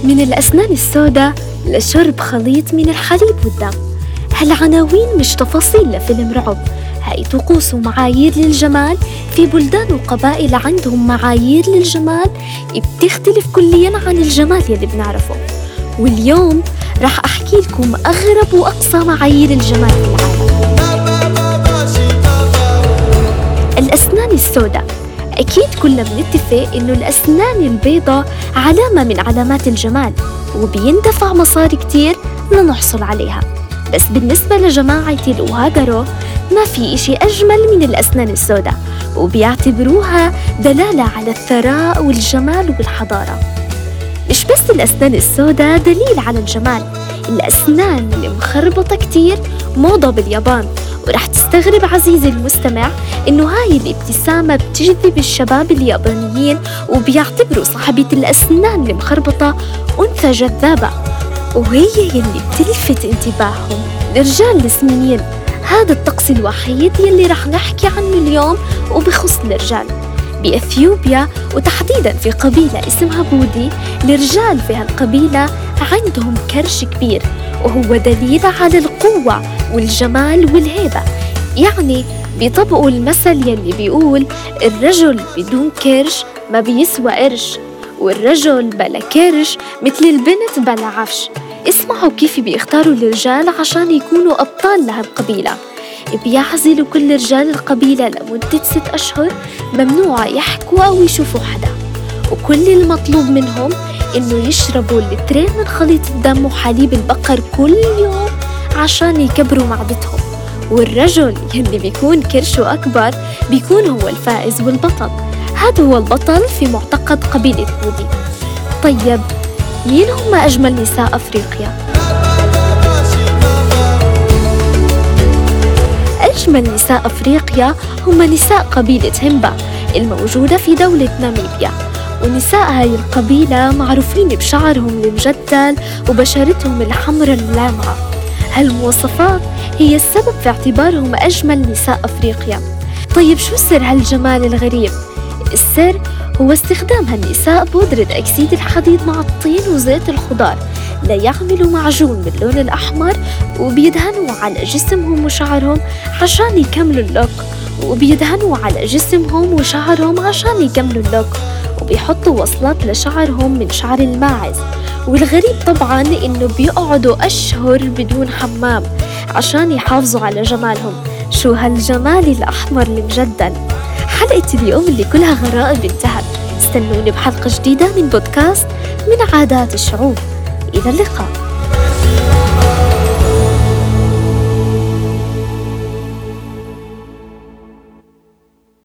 من الأسنان السوداء لشرب خليط من الحليب والدم. هالعناوين مش تفاصيل لفيلم رعب، هاي طقوس ومعايير للجمال في بلدان وقبائل عندهم معايير للجمال بتختلف كلياً عن الجمال يلي بنعرفه. واليوم رح أحكي لكم أغرب وأقصى معايير الجمال في العالم. الأسنان السوداء. أكيد كلنا بنتفق إنه الأسنان البيضاء علامة من علامات الجمال، وبيندفع مصاري كتير لنحصل عليها. بس بالنسبة لجماعة الأوهاجرو ما في إشي أجمل من الأسنان السوداء، وبيعتبروها دلالة على الثراء والجمال والحضارة. مش بس الأسنان السوداء دليل على الجمال، الأسنان المخربطة كتير موضة باليابان. ورح تستغرب عزيزي المستمع إنه هاي الابتسامة بتجذب الشباب اليابانيين، وبيعتبروا صاحبة الأسنان المخربطة أنثى جذابة، وهي يلي بتلفت انتباههم الرجال السمينين. هذا الطقس الوحيد يلي رح نحكي عنه اليوم وبخص الرجال. بإثيوبيا وتحديداً في قبيلة اسمها بودي، الرجال في هالقبيلة عندهم كرش كبير، وهو دليل على القوة والجمال والهيبة. يعني بيطبقوا المثل يلي بيقول الرجل بدون كرش ما بيسوى قرش، والرجل بلا كرش مثل البنت بلا عفش. اسمعوا كيف بيختاروا الرجال عشان يكونوا أبطال لهالقبيلة. بيعزلوا كل رجال القبيلة لمدة 6 أشهر، ممنوع يحكوا أو يشوفوا حدا، وكل المطلوب منهم إنه يشربوا لترين من خليط الدم وحليب البقر كل يوم عشان يكبروا معدتهم. والرجل يلي بيكون كرشه أكبر بيكون هو الفائز والبطل. هذا هو البطل في معتقد قبيلة بودي. طيب مين هم أجمل نساء أفريقيا؟ أجمل نساء أفريقيا هم نساء قبيلة هيمبا الموجودة في دولة ناميبيا. ونساء هاي القبيلة معروفين بشعرهم المجدل وبشرتهم الحمراء اللامعة. هالمواصفات هي السبب في اعتبارهم أجمل نساء أفريقيا. طيب شو سر هالجمال الغريب؟ السر هو استخدام هالنساء بودرة أكسيد الحديد مع الطين وزيت الخضار ليعملوا معجون باللون الأحمر، وبيدهنوا على جسمهم وشعرهم عشان يكملوا اللوك، وبيدهنوا على جسمهم وشعرهم عشان يكملوا اللوك، وبيحطوا وصلات لشعرهم من شعر الماعز. والغريب طبعاً إنه بيقعدوا أشهر بدون حمام عشان يحافظوا على جمالهم. شو هالجمال الأحمر المجدل. حلقة اليوم اللي كلها غرائب انتهت. استنوني بحلقة جديدة من بودكاست من عادات الشعوب. إلى اللقاء.